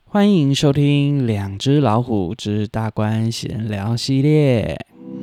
欢迎收听两只老虎之大官闲聊系列。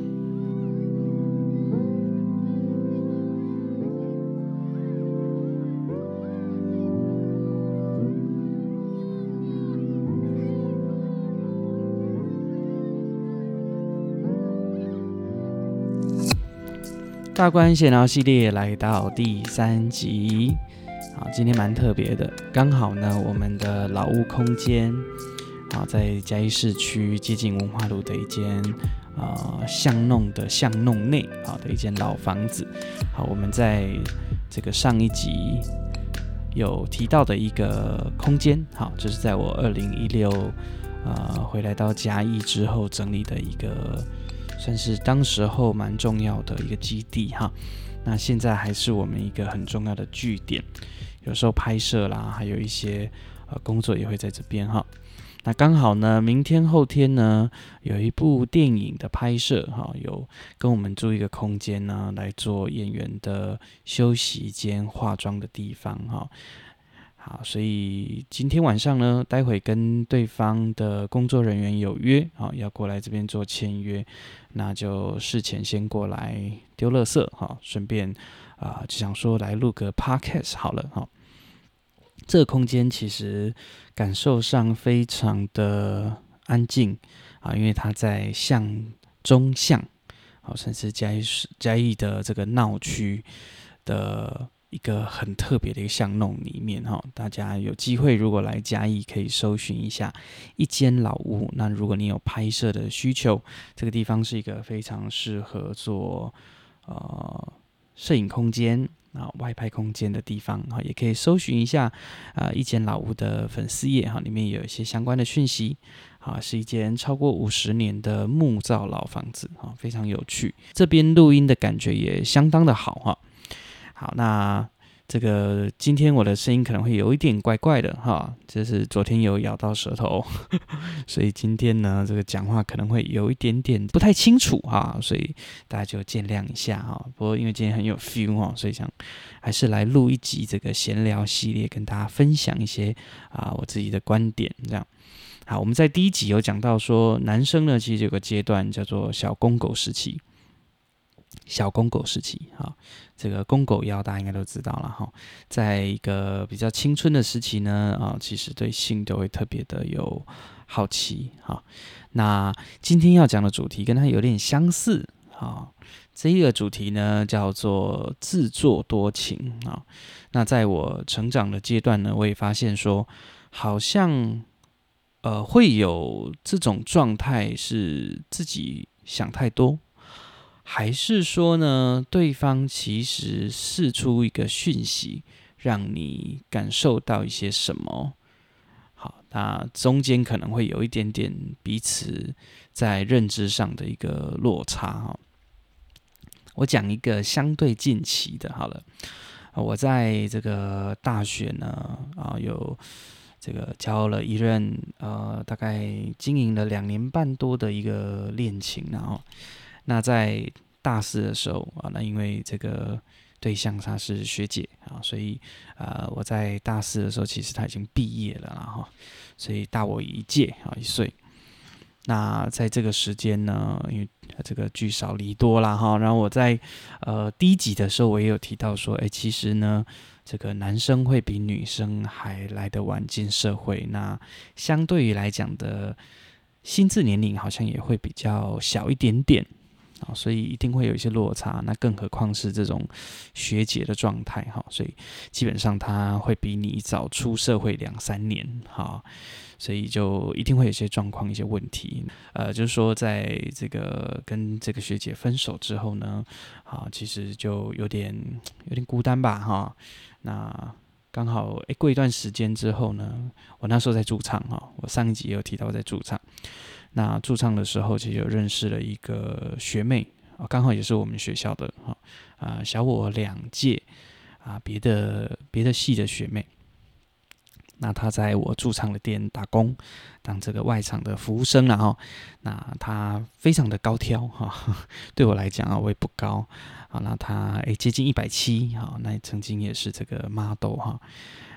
大官闲聊系列来到第3集，好，今天蛮特别的，刚好呢，我们的老屋空间，好，在嘉义市区接近文化路的一间巷弄的巷弄内，好的一间老房子，好，我们在这个上一集有提到的一个空间，好，就是在我2016回来到嘉义之后整理的一个。算是当时候蛮重要的一个基地哈，那现在还是我们一个很重要的据点，有时候拍摄啦，还有一些工作也会在这边哈。那刚好呢，明天后天呢有一部电影的拍摄哈，有跟我们租一个空间呢来做演员的休息间、化妆的地方哈。好，所以今天晚上呢，待会跟对方的工作人员有约，好，要过来这边做签约，那就事前先过来丢垃圾，好，顺便就想说来录个 podcast 好了，好，这个空间其实感受上非常的安静啊，因为它在中巷，好，甚至嘉义的这个闹区的。一个很特别的一个巷弄里面哈，大家有机会如果来嘉义，可以搜寻一下一间老屋。那如果你有拍摄的需求，这个地方是一个非常适合做摄影空间啊、外拍空间的地方哈，也可以搜寻一下一间老屋的粉丝页哈，里面有一些相关的讯息。啊，是一间超过50年的木造老房子哈，非常有趣。这边录音的感觉也相当的好哈。好，那这个今天我的声音可能会有一点怪怪的哈，就是昨天有咬到舌头，所以今天呢，这个讲话可能会有一点点不太清楚哈，所以大家就见谅一下哈。不过因为今天很有 feel 哈，所以想还是来录一集这个闲聊系列，跟大家分享一些我自己的观点这样。好，我们在第1集有讲到说，男生呢其实有个阶段叫做小公狗时期。小公狗时期，哈，这个公狗腰大家应该都知道了哈。在一个比较青春的时期呢，其实对性都会特别的有好奇哈。那今天要讲的主题跟它有点相似哈。这一个主题呢叫做自作多情啊。那在我成长的阶段呢，我也发现说，好像会有这种状态是自己想太多。还是说呢，对方其实释出一个讯息，让你感受到一些什么？好，那中间可能会有一点点彼此在认知上的一个落差哈。我讲一个相对近期的，好了，我在这个大学呢，有这个交了一任大概经营了2年半多的一个恋情，然后。那在大4的时候那因为这个对象她是学姐所以我在大4的时候，其实她已经毕业了啦所以大我1届1岁。那在这个时间呢，因为这个聚少离多啦然后我在第1集的时候，我也有提到说，其实呢，这个男生会比女生还来得晚进社会，那相对于来讲的心智年龄好像也会比较小一点点。所以一定会有一些落差，那更何况是这种学姐的状态所以基本上她会比你早出社会2-3年所以就一定会有一些状况、一些问题。就是说在这个跟这个学姐分手之后呢，其实就有点孤单吧那刚好过一段时间之后呢，我那时候在驻唱我上一集也有提到我在驻唱。那驻唱的时候，其实有认识了一个学妹刚好也是我们学校的小我2届别的系的学妹。那她在我驻唱的店打工，当这个外场的服务生那她非常的高挑对我来讲我也不高那她接近170那曾经也是这个 model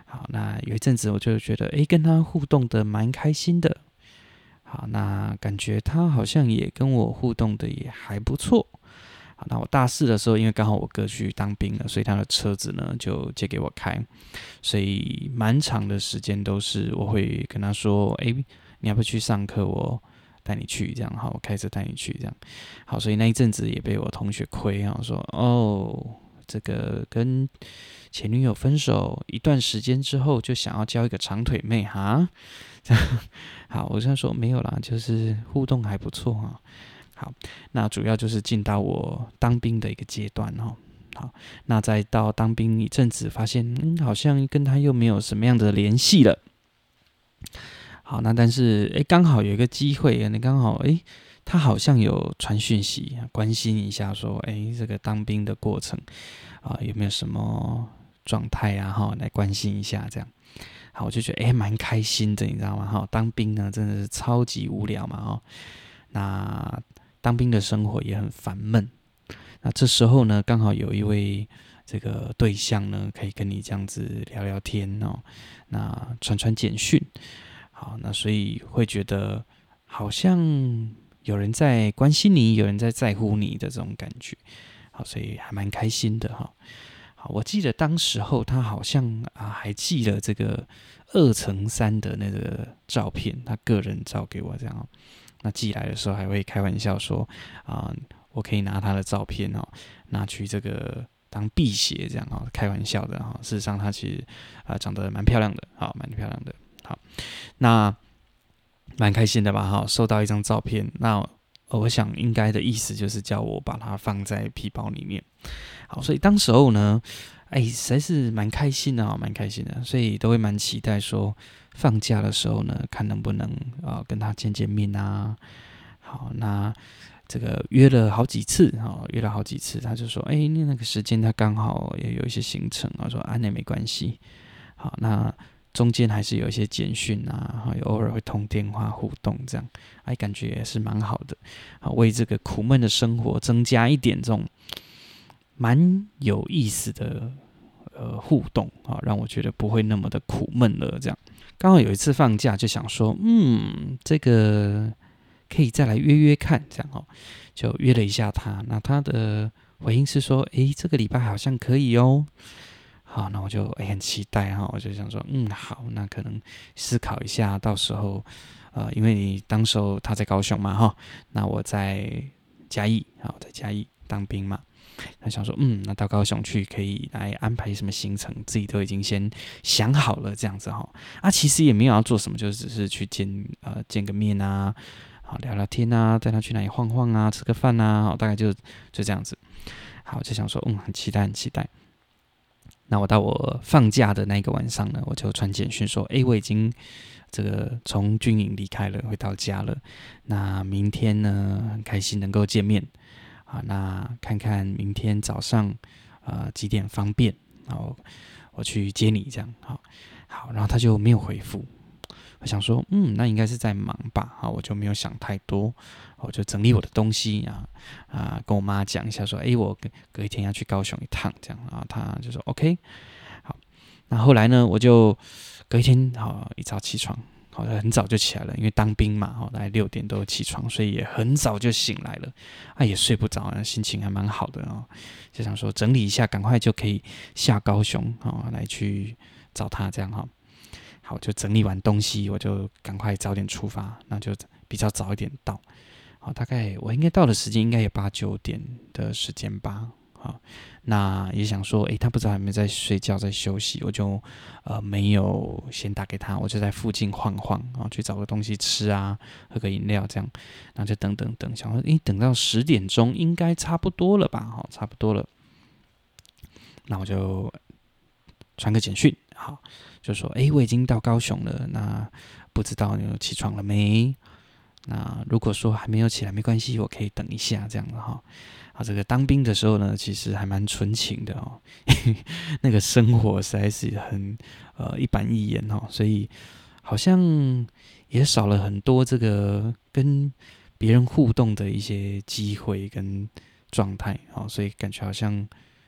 好，那有一阵子我就觉得，跟他互动的蛮开心的。好，那感觉他好像也跟我互动的也还不错。好，那我大4的时候，因为刚好我哥去当兵了，所以他的车子呢就借给我开，所以蛮长的时间都是我会跟他说，你要不要去上课？我带你去，这样好，我开车带你去，这样好。所以那一阵子也被我同学亏啊，说这个跟前女友分手一段时间之后，就想要交一个长腿妹哈。好，我现在说没有啦，就是互动还不错哈。好，那主要就是进到我当兵的一个阶段哈。好，那再到当兵一阵子，发现好像跟他又没有什么样的联系了。好，那但是刚好有一个机会，刚好他好像有传讯息关心一下，说这个当兵的过程有没有什么状态啊？哈，来关心一下这样。好，我就觉得蛮开心的，你知道吗？哈，当兵呢真的是超级无聊嘛，哈。那当兵的生活也很烦闷。那这时候呢，刚好有一位这个对象呢，可以跟你这样子聊聊天哦。那传简讯，好，那所以会觉得好像有人在关心你，有人在乎你的这种感觉。好，所以还蛮开心的哈。好，我记得当时候他好像还寄了这个2乘3的那个照片，他个人照给我这样。那寄来的时候还会开玩笑说我可以拿他的照片拿去这个当辟邪这样开玩笑的事实上他其实长得蛮漂亮的，好，蛮漂亮的。好，那蛮开心的吧？收到一张照片，那我想应该的意思就是叫我把它放在皮包里面。好，所以当时候呢，实在是蛮开心的蛮开心的，所以都会蛮期待说放假的时候呢，看能不能跟他见见面啊。好，那这个约了好几次，他就说，那个时间他刚好也有一些行程，说那没关系。好，那中间还是有一些简讯啊，偶尔会通电话互动，这样，感觉也是蛮好的。好，为这个苦闷的生活增加一点这种蛮有意思的互动让我觉得不会那么的苦闷了。这样，刚好有一次放假，就想说，这个可以再来约约看，这样就约了一下他。那他的回应是说，这个礼拜好像可以哦。好，那我就很期待我就想说，好，那可能思考一下，到时候因为你当时候他在高雄嘛那我在嘉义，在嘉义当兵嘛。他想说，那到高雄去可以来安排什么行程，自己都已经先想好了这样子其实也没有要做什么，就只是去见个面啊，聊聊天啊，带他去哪里晃晃啊，吃个饭啊，大概就这样子。好，就想说，很期待，很期待。那我到我放假的那个晚上呢，我就传简讯说，我已经这个从军营离开了，回到家了。那明天呢，很开心能够见面。那看看明天早上几点方便，然后我去接你这样。好，然后他就没有回复。我想说，那应该是在忙吧。我就没有想太多，我就整理我的东西跟我妈讲一下说，我隔一天要去高雄一趟这样。然后他就说 OK。好，那后来呢，我就隔一天一早起床。很早就起来了，因为当兵嘛，大概6点都起床，所以也很早就醒来了，也睡不着，心情还蛮好的就想说整理一下，赶快就可以下高雄来去找他这样好，就整理完东西，我就赶快早点出发，那就比较早一点到。好，大概我应该到的时间应该有8、9点的时间吧。好，那也想说，他不知道有没有在睡觉，在休息，我就没有先打给他，我就在附近晃晃去找个东西吃啊，喝个饮料这样，然后就等，想说，等到10点钟应该差不多了吧？差不多了，那我就传个简讯，好，就说，我已经到高雄了，那不知道你起床了没？那如果说还没有起来，没关系，我可以等一下这样的这个当兵的时候呢，其实还蛮纯情的那个生活实在是很一板一眼所以好像也少了很多这个跟别人互动的一些机会跟状态所以感觉好像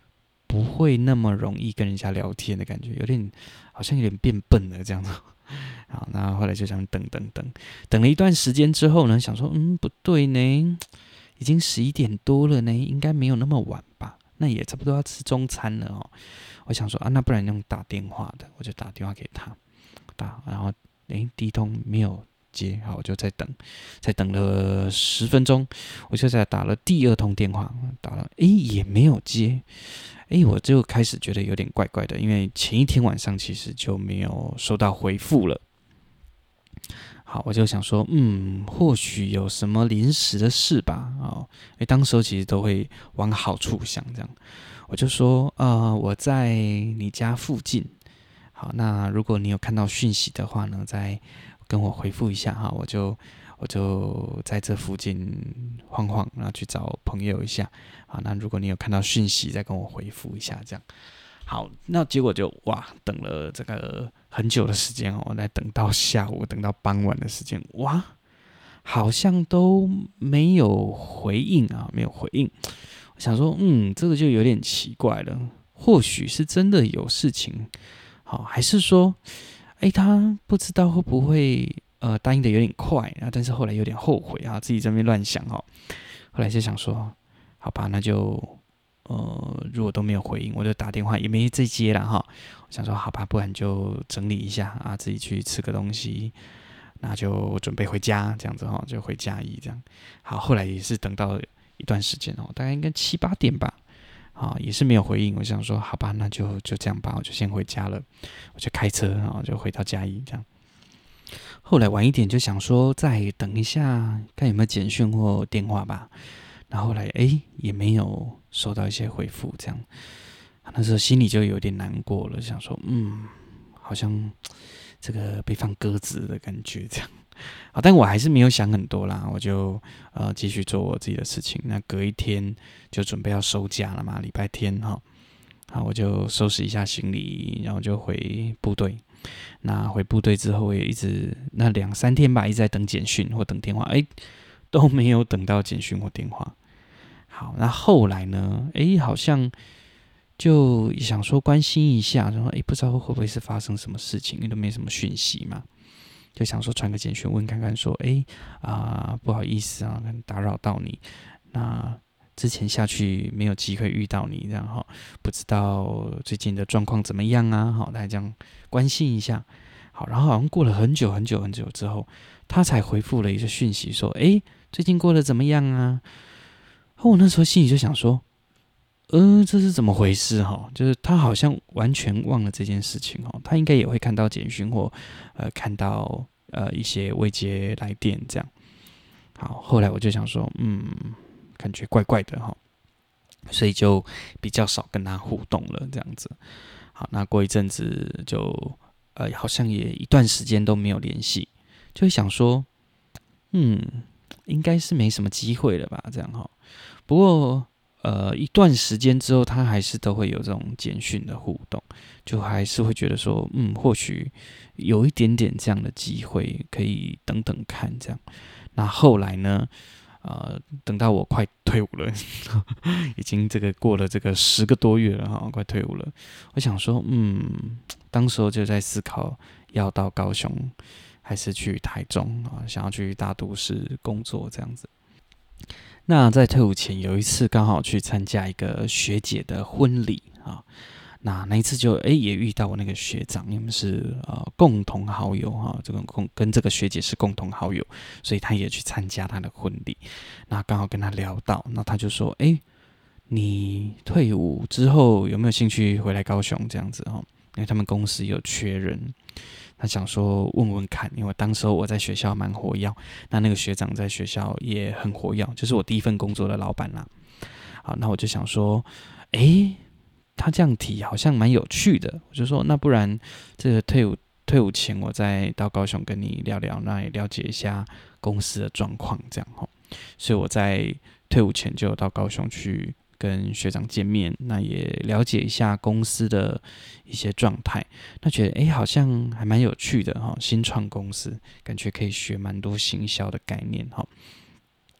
不会那么容易跟人家聊天的感觉，好像有点变笨了这样子。好，那后来就想等了一段时间之后呢，想说不对呢，已经11点多了呢，应该没有那么晚吧？那也差不多要吃中餐了哦。我想说那不然用打电话的，我就打电话给他，然后第一通没有接，好，我就再等了10分钟，我就再打了第二通电话，打了也没有接，我就开始觉得有点怪怪的，因为前一天晚上其实就没有收到回复了。好，我就想说，或许有什么临时的事吧，当时候其实都会往好处想，这样，我就说，我在你家附近，好，那如果你有看到讯息的话呢，再跟我回复一下哈，我就在这附近晃晃，然后去找朋友一下，好，那如果你有看到讯息，再跟我回复一下，这样。好，那结果就等了这个很久的时间哦，来等到下午，等到傍晚的时间，好像都没有回应啊，没有回应。我想说，这个就有点奇怪了，或许是真的有事情，好，还是说，他不知道会不会答应的有点快啊，但是后来有点后悔啊，自己这边乱想哦。后来就想说，好吧，那就。如果都没有回应，我就打电话也没再接了哈。我想说，好吧，不然就整理一下啊，自己去吃个东西，那就准备回家这样子哈，就回家这样。好，后来也是等到一段时间哦，大概应该7、8点吧，也是没有回应。我想说，好吧，那就这样吧，我就先回家了。我就开车啊，就回到嘉义这样。后来晚一点就想说，再等一下，看有没有简讯或电话吧。然后后来也没有收到一些回复，这样，那时候心里就有点难过了，想说好像这个被放鸽子的感觉，这样。好，但我还是没有想很多啦，我就继续做我自己的事情。那隔一天就准备要收假了嘛，礼拜天哈，好，我就收拾一下行李，然后就回部队。那回部队之后，我也一直那2、3天吧，一直在等简讯或等电话，都没有等到简讯或电话。好，那后来呢？好像就想说关心一下，然后不知道会不会是发生什么事情，因为都没什么讯息嘛，就想说传个简讯问看看，说不好意思啊，打扰到你。那之前下去没有机会遇到你，这样哈，不知道最近的状况怎么样啊？好，大家这样关心一下。好，然后好像过了很久之后，他才回复了一个讯息，说：“最近过得怎么样啊？”我那时候心里就想说，这是怎么回事哈？就是他好像完全忘了这件事情哦，他应该也会看到简讯或看到一些未接来电这样。好，后来我就想说，感觉怪怪的哈，所以就比较少跟他互动了这样子。好，那过一阵子就好像也一段时间都没有联系，就会想说，应该是没什么机会了吧，这样哈。不过一段时间之后，他还是都会有这种简讯的互动，就还是会觉得说，或许有一点点这样的机会，可以等等看这样。那后来呢？等到我快退伍了，已经这个过了这个10个多月了哈，快退伍了。我想说，当时候就在思考要到高雄还是去台中啊，想要去大都市工作这样子。那在退伍前有一次刚好去参加一个学姐的婚礼啊，那一次就也遇到我那个学长，因为是共同好友哈，跟这个学姐是共同好友，所以他也去参加他的婚礼。那刚好跟他聊到，那他就说：“你退伍之后有没有兴趣回来高雄这样子哈？因为他们公司有缺人。”他想说问问看，因为当时候我在学校蛮活跃，那个学长在学校也很活跃，就是我第一份工作的老板啦。好，那我就想说，他这样提好像蛮有趣的，我就说那不然这个退伍前我再到高雄跟你聊聊，那也了解一下公司的状况这样齁。所以我在退伍前就有到高雄去跟学长见面，那也了解一下公司的一些状态，那觉得好像还蛮有趣的齁，新创公司感觉可以学蛮多行销的概念齁。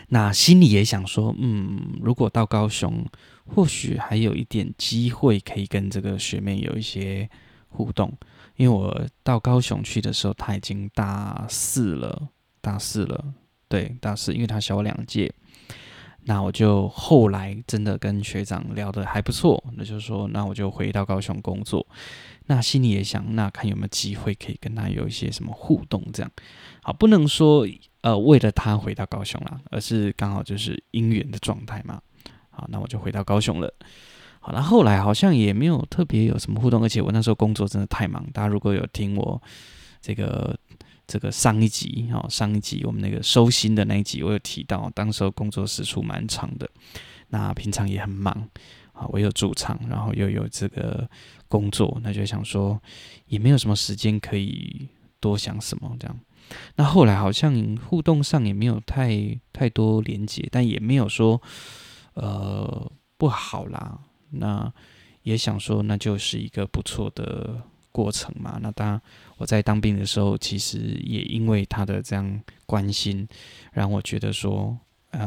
那心里也想说，如果到高雄，或许还有一点机会可以跟这个学妹有一些互动，因为我到高雄去的时候，她已经大四了，对，大四，因为她小我2届。那我就后来真的跟学长聊得还不错，那就是说，那我就回到高雄工作。那心里也想，那看有没有机会可以跟他有一些什么互动，这样。好，不能说为了他回到高雄啦，而是刚好就是因缘的状态嘛。好，那我就回到高雄了。好，那后来好像也没有特别有什么互动，而且我那时候工作真的太忙。大家如果有听我这个上一集我们那个收心的那一集，我有提到，当时候工作时数蛮长的，那平常也很忙啊，我有驻场，然后又有这个工作，那就想说也没有什么时间可以多想什么这样。那后来好像互动上也没有太多连结，但也没有说不好啦。那也想说，那就是一个不错的过程嘛。那当然，我在当兵的时候，其实也因为他的这样关心，让我觉得说，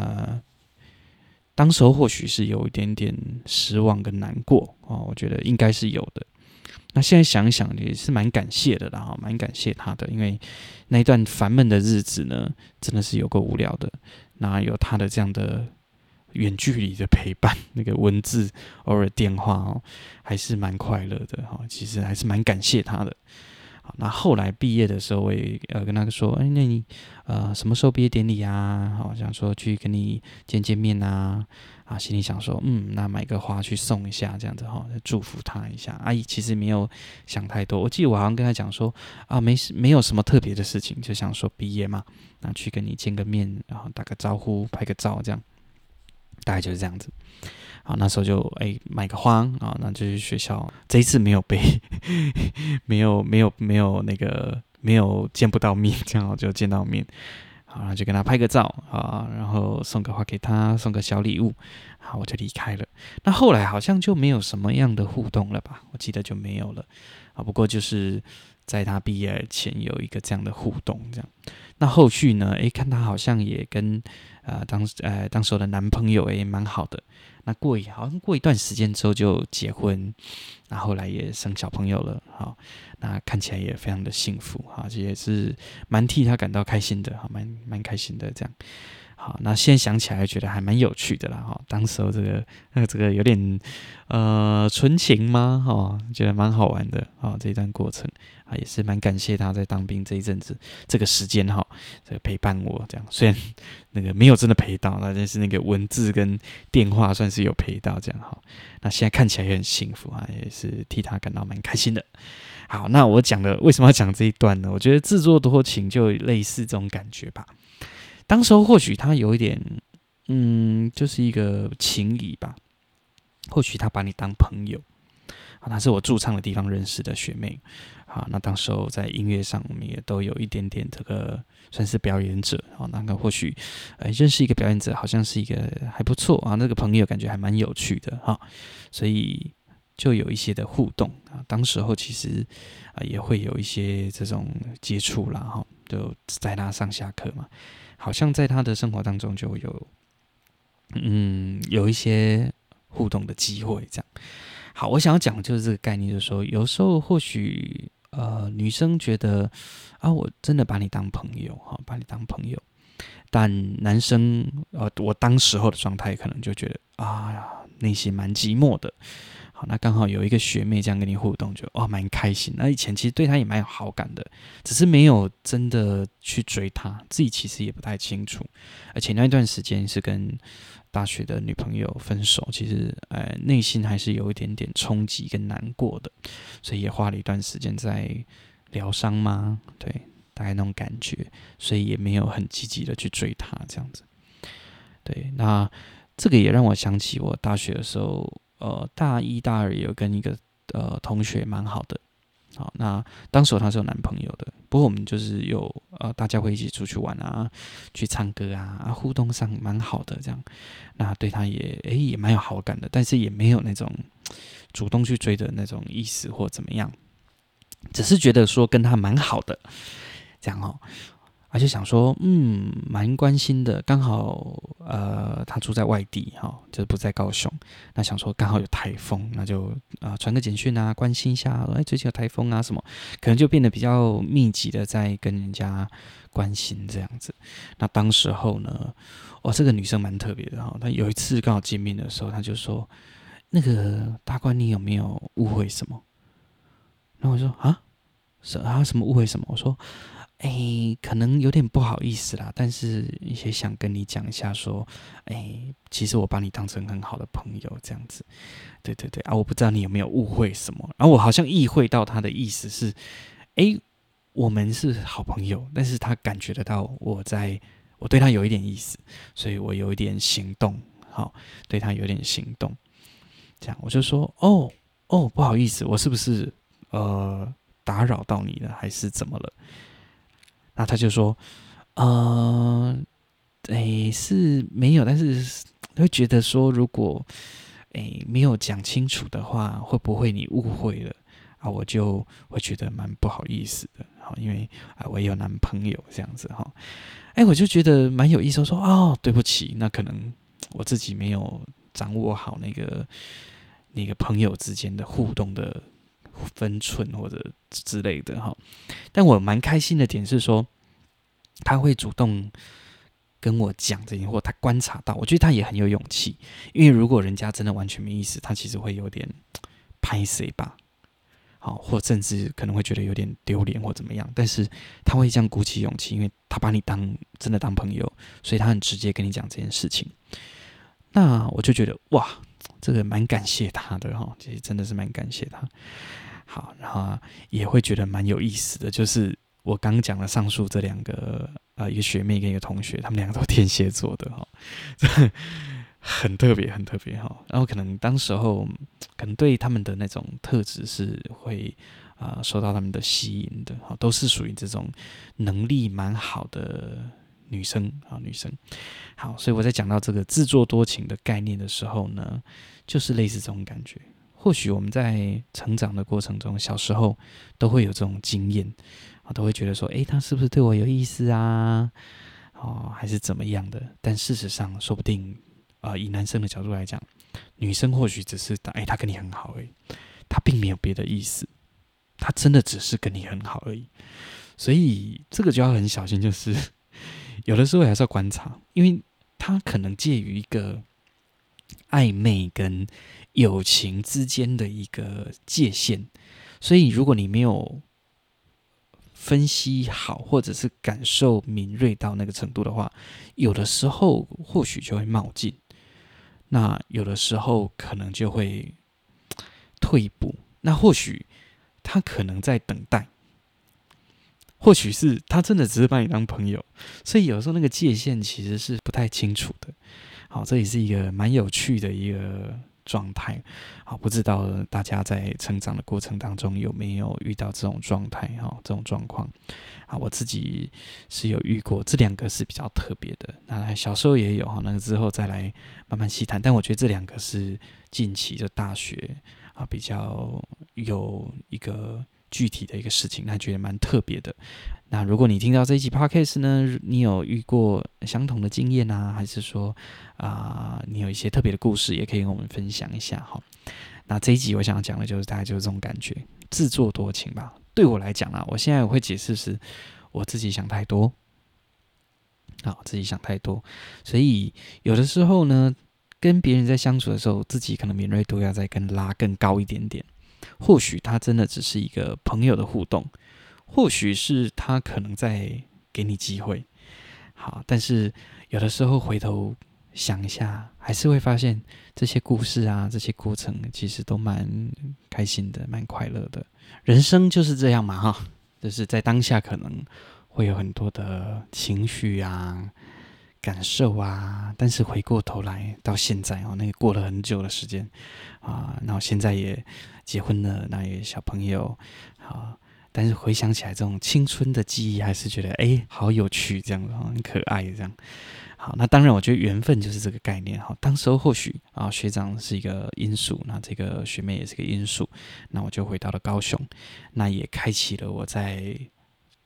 当时候或许是有一点点失望跟难过我觉得应该是有的。那现在想一想，也是蛮感谢的啦，蛮感谢他的，因为那一段烦闷的日子呢，真的是有够无聊的。那有他的这样的远距离的陪伴，那个文字偶尔电话还是蛮快乐的其实还是蛮感谢他的。好，那后来毕业的时候，我也跟他说，那你什么时候毕业典礼啊？好，想说去跟你见面啊。心里想说，那买个花去送一下，这样子祝福他一下。阿姨其实没有想太多，我记得我好像跟他讲说没有什么特别的事情，就想说毕业嘛，那去跟你见个面，然后打个招呼，拍个照，这样，大概就是这样子。好，那时候就买个花那就去学校。这一次没有被没有那个没有见不到面，这样就见到面。好，然后就跟他拍个照然后送个花给他，送个小礼物。好，我就离开了。那后来好像就没有什么样的互动了吧？我记得就没有了不过就是在他毕业前有一个这样的互动，这样。那后续呢？看他好像也跟当时候的男朋友也蛮好的。那好像过一段时间之后就结婚，那后来也生小朋友了。好，那看起来也非常的幸福也是蛮替他感到开心的蛮开心的这样。好，那现在想起来觉得还蛮有趣的啦当时候这个有点纯情吗觉得蛮好玩的这一段过程也是蛮感谢他在当兵这一阵子这个时间这个陪伴我这样。虽然那个没有真的陪到，但是那个文字跟电话算是有陪到这样那现在看起来也很幸福也是替他感到蛮开心的。好，那我为什么要讲这一段呢？我觉得自作多情就类似这种感觉吧。当时候或许他有一点，就是一个情谊吧。或许他把你当朋友，那是我驻唱的地方认识的学妹。那当时候在音乐上，我们也都有一点点这个算是表演者。那个或许，认识一个表演者，好像是一个还不错那个朋友感觉还蛮有趣的所以就有一些的互动当时候其实也会有一些这种接触啦就在他上下课嘛。好像在他的生活当中就有一些互动的机会这样。好，我想要讲的就是这个概念，就是说有时候或许女生觉得我真的把你当朋友但男生我当时候的状态可能就觉得内心蛮寂寞的。好，那刚好有一个学妹这样跟你互动，就蛮开心。那以前其实对她也蛮有好感的，只是没有真的去追她，自己其实也不太清楚。而且那一段时间是跟大学的女朋友分手，其实内心还是有一点点冲击跟难过的，所以也花了一段时间在疗伤吗？对，大概那种感觉，所以也没有很积极的去追她这样子。对，那这个也让我想起我大学的时候。大一大二也有跟一个同学蛮好的。好，那当时她是有男朋友的，不过我们就是有大家会一起出去玩去唱歌互动上蛮好的这样。那对她也蛮有好感的，但是也没有那种主动去追的那种意思或怎么样，只是觉得说跟她蛮好的这样就想说，蛮关心的，刚好他住在外地就是不在高雄，那想说刚好有台风，那就传个简讯啊，关心一下，最近有台风啊什么，可能就变得比较密集的在跟人家关心这样子。那当时候呢，这个女生蛮特别的她有一次刚好见面的时候，她就说，那个大官你有没有误会什么？然后我说什么误会什么？我说可能有点不好意思啦，但是也想跟你讲一下说，其实我把你当成很好的朋友这样子。对对对我不知道你有没有误会什么。然后我好像意会到他的意思是，我们是好朋友，但是他感觉得到我对他有一点意思，所以我有一点行动，对他有点行动。这样我就说，不好意思，我是不是打扰到你了，还是怎么了？那他就说，是没有，但是会觉得说，如果没有讲清楚的话，会不会你误会了我就会觉得蛮不好意思的，因为我也有男朋友这样子我就觉得蛮有意思，我说对不起，那可能我自己没有掌握好那个朋友之间的互动的分寸或者之类的但我蛮开心的点是说，他会主动跟我讲这些，或他观察到，我觉得他也很有勇气。因为如果人家真的完全没意思，他其实会有点拍谁吧，或甚至可能会觉得有点丢脸或怎么样。但是他会这样鼓起勇气，因为他把你真的当朋友，所以他很直接跟你讲这件事情。那我就觉得哇，这个蛮感谢他的其实真的是蛮感谢他。好，然后也会觉得蛮有意思的，就是我刚讲了上述这两个一个学妹跟一个同学，他们两个都天蝎座的很特别很特别然后可能当时候可能对他们的那种特质是会受到他们的吸引的都是属于这种能力蛮好的女生好，所以我在讲到这个自作多情的概念的时候呢，就是类似这种感觉。或许我们在成长的过程中，小时候都会有这种经验都会觉得说，他是不是对我有意思啊？还是怎么样的？但事实上，说不定以男生的角度来讲，女生或许只是他跟你很好而已，他并没有别的意思，他真的只是跟你很好而已。所以这个就要很小心，就是有的时候还是要观察，因为他可能介于一个暧昧跟友情之间的一个界限，所以如果你没有分析好，或者是感受敏锐到那个程度的话，有的时候或许就会冒进，那有的时候可能就会退步，那或许他可能在等待，或许是他真的只是把你当朋友，所以有时候那个界限其实是不太清楚的。好，这也是一个蛮有趣的一个状态。好，不知道大家在成长的过程当中有没有遇到这种状态这种状况我自己是有遇过，这两个是比较特别的。那小时候也有那个之后再来慢慢细谈，但我觉得这两个是近期就大学比较有一个具体的一个事情，那觉得蛮特别的。那如果你听到这一集 podcast 呢，你有遇过相同的经验还是说你有一些特别的故事，也可以跟我们分享一下那这一集我想要讲的就是大概就是这种感觉，自作多情吧。对我来讲我现在我会解释是我自己想太多自己想太多，所以有的时候呢，跟别人在相处的时候，自己可能敏锐度要再拉更高一点点。或许他真的只是一个朋友的互动，或许是他可能在给你机会。好，但是有的时候回头想一下，还是会发现这些故事这些过程其实都蛮开心的，蛮快乐的。人生就是这样嘛就是在当下可能会有很多的情绪感受但是回过头来到现在那个过了很久的时间然后现在也结婚了，那也有小朋友但是回想起来这种青春的记忆，还是觉得好有趣，这样子很可爱这样。好，那当然我觉得缘分就是这个概念当时候或许学长是一个因素，那这个学妹也是个因素，那我就回到了高雄，那也开启了我在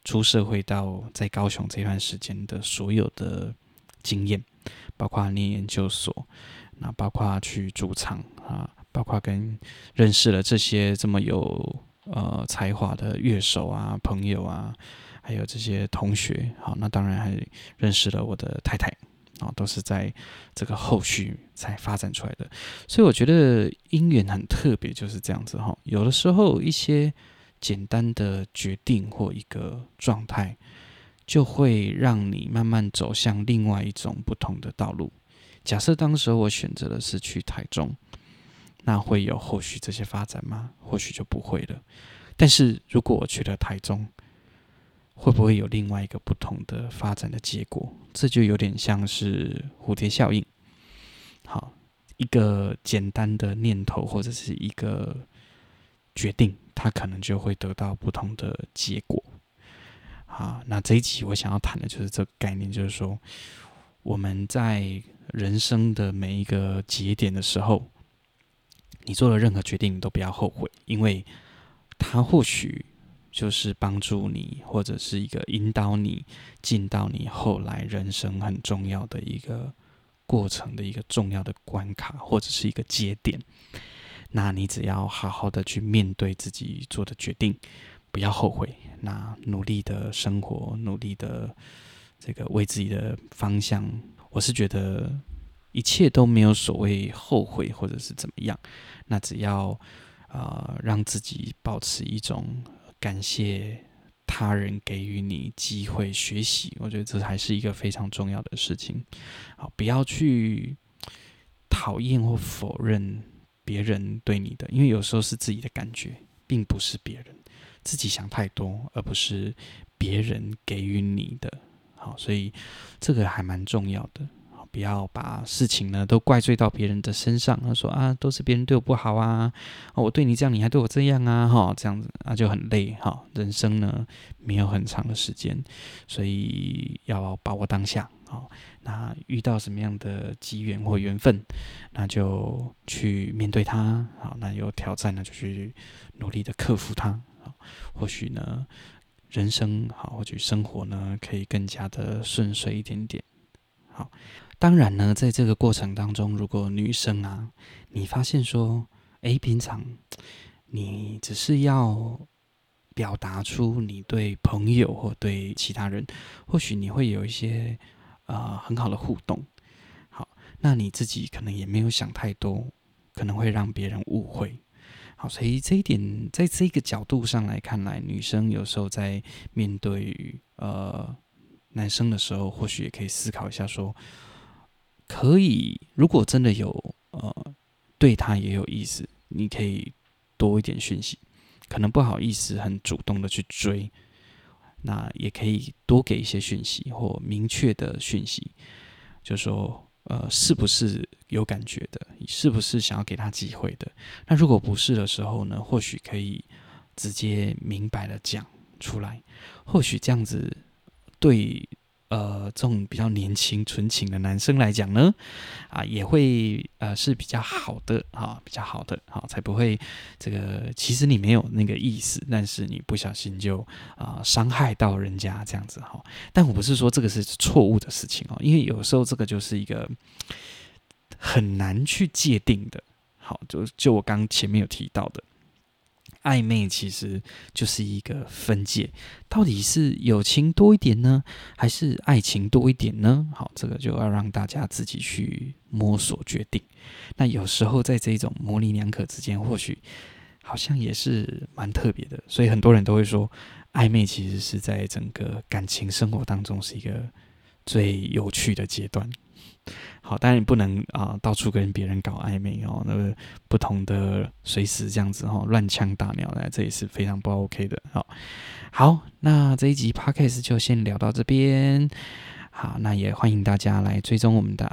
出社会到在高雄这段时间的所有的经验，包括念研究所，那包括去驻场啊，包括跟认识了这些这么有才华的乐手啊、朋友啊，还有这些同学，好，那当然还认识了我的太太，都是在这个后续才发展出来的。所以我觉得姻缘很特别，就是这样子哈。有的时候一些简单的决定或一个状态，就会让你慢慢走向另外一种不同的道路。假设当时我选择的是去台中，那会有后续这些发展吗？或许就不会了。但是如果我去了台中，会不会有另外一个不同的发展的结果？这就有点像是蝴蝶效应。好，一个简单的念头或者是一个决定，它可能就会得到不同的结果。好，那这一集我想要谈的就是这个概念，就是说我们在人生的每一个节点的时候，你做了任何决定，你都不要后悔，因为它或许就是帮助你，或者是一个引导你进到你后来人生很重要的一个过程的一个重要的关卡，或者是一个节点。那你只要好好的去面对自己做的决定，不要后悔，那努力的生活，努力的这个为自己的方向，我是觉得一切都没有所谓后悔或者是怎么样。那只要让自己保持一种感谢他人给予你机会学习，我觉得这还是一个非常重要的事情。好，不要去讨厌或否认别人对你的，因为有时候是自己的感觉，并不是别人自己想太多，而不是别人给予你的。好，所以这个还蛮重要的。不要把事情呢都怪罪到别人的身上，说啊都是别人对我不好啊，我对你这样你还对我这样啊，这样子就很累哈。人生呢没有很长的时间，所以要把握当下。那遇到什么样的机缘或缘分，那就去面对它。好，那有挑战呢就去努力的克服它。或许呢人生好，或许生活呢可以更加的顺遂一点点。好，当然呢，在这个过程当中，如果女生啊，你发现说，平常你只是要表达出你对朋友或对其他人，或许你会有一些很好的互动。好，那你自己可能也没有想太多，可能会让别人误会。好，所以这一点，在这个角度上来看来，女生有时候在面对男生的时候，或许也可以思考一下说，可以如果真的有对他也有意思，你可以多一点讯息，可能不好意思很主动的去追，那也可以多给一些讯息或明确的讯息，就说是不是有感觉的，是不是想要给他机会的。那如果不是的时候呢，或许可以直接明白的讲出来，或许这样子对这种比较年轻纯情的男生来讲呢，也会是比较好的比较好的才不会这个其实你没有那个意思，但是你不小心就伤害到人家这样子哈。但我不是说这个是错误的事情哦，因为有时候这个就是一个很难去界定的。好，就我刚前面有提到的。暧昧其实就是一个分界，到底是友情多一点呢，还是爱情多一点呢？好，这个就要让大家自己去摸索决定。那有时候在这种模棱两可之间，或许好像也是蛮特别的，所以很多人都会说，暧昧其实是在整个感情生活当中是一个最有趣的阶段。好，当然你不能到处跟别人搞暧昧哦，那个不同的随时这样子乱枪打鸟的，这也是非常不 OK 的。好，那这一集 Podcast 就先聊到这边。好，那也欢迎大家来追踪我们的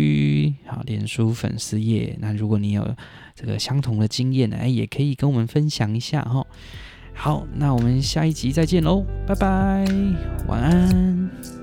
IG 好脸书粉丝页。那如果你有这个相同的经验也可以跟我们分享一下好，那我们下一集再见喽，拜拜，晚安。